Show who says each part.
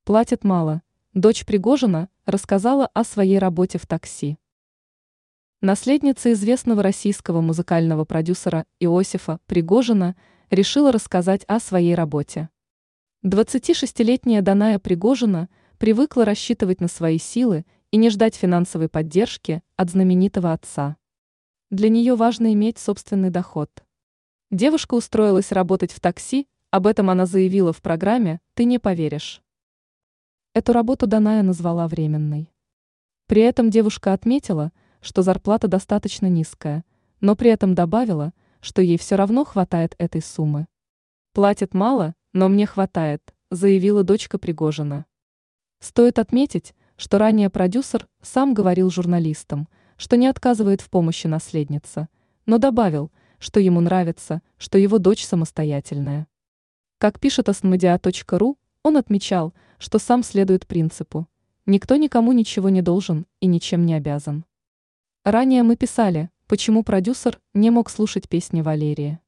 Speaker 1: Платят мало. Дочь Пригожина рассказала о своей работе в такси. Наследница известного российского музыкального продюсера Иосифа Пригожина решила рассказать о своей работе. 26-летняя Даная Пригожина привыкла рассчитывать на свои силы и не ждать финансовой поддержки от знаменитого отца. Для нее важно иметь собственный доход. Девушка устроилась работать в такси, об этом она заявила в программе «Ты не поверишь». Эту работу Даная назвала временной. При этом девушка отметила, что зарплата достаточно низкая, но при этом добавила, что ей все равно хватает этой суммы. «Платят мало, но мне хватает», заявила дочка Пригожина. Стоит отметить, что ранее продюсер сам говорил журналистам, что не отказывает в помощи наследнице, но добавил, что ему нравится, что его дочь самостоятельная. Как пишет asnmedia.ru, он отмечал, что сам следует принципу «никто никому ничего не должен и ничем не обязан». Ранее мы писали, почему продюсер не мог слушать песни Валерии.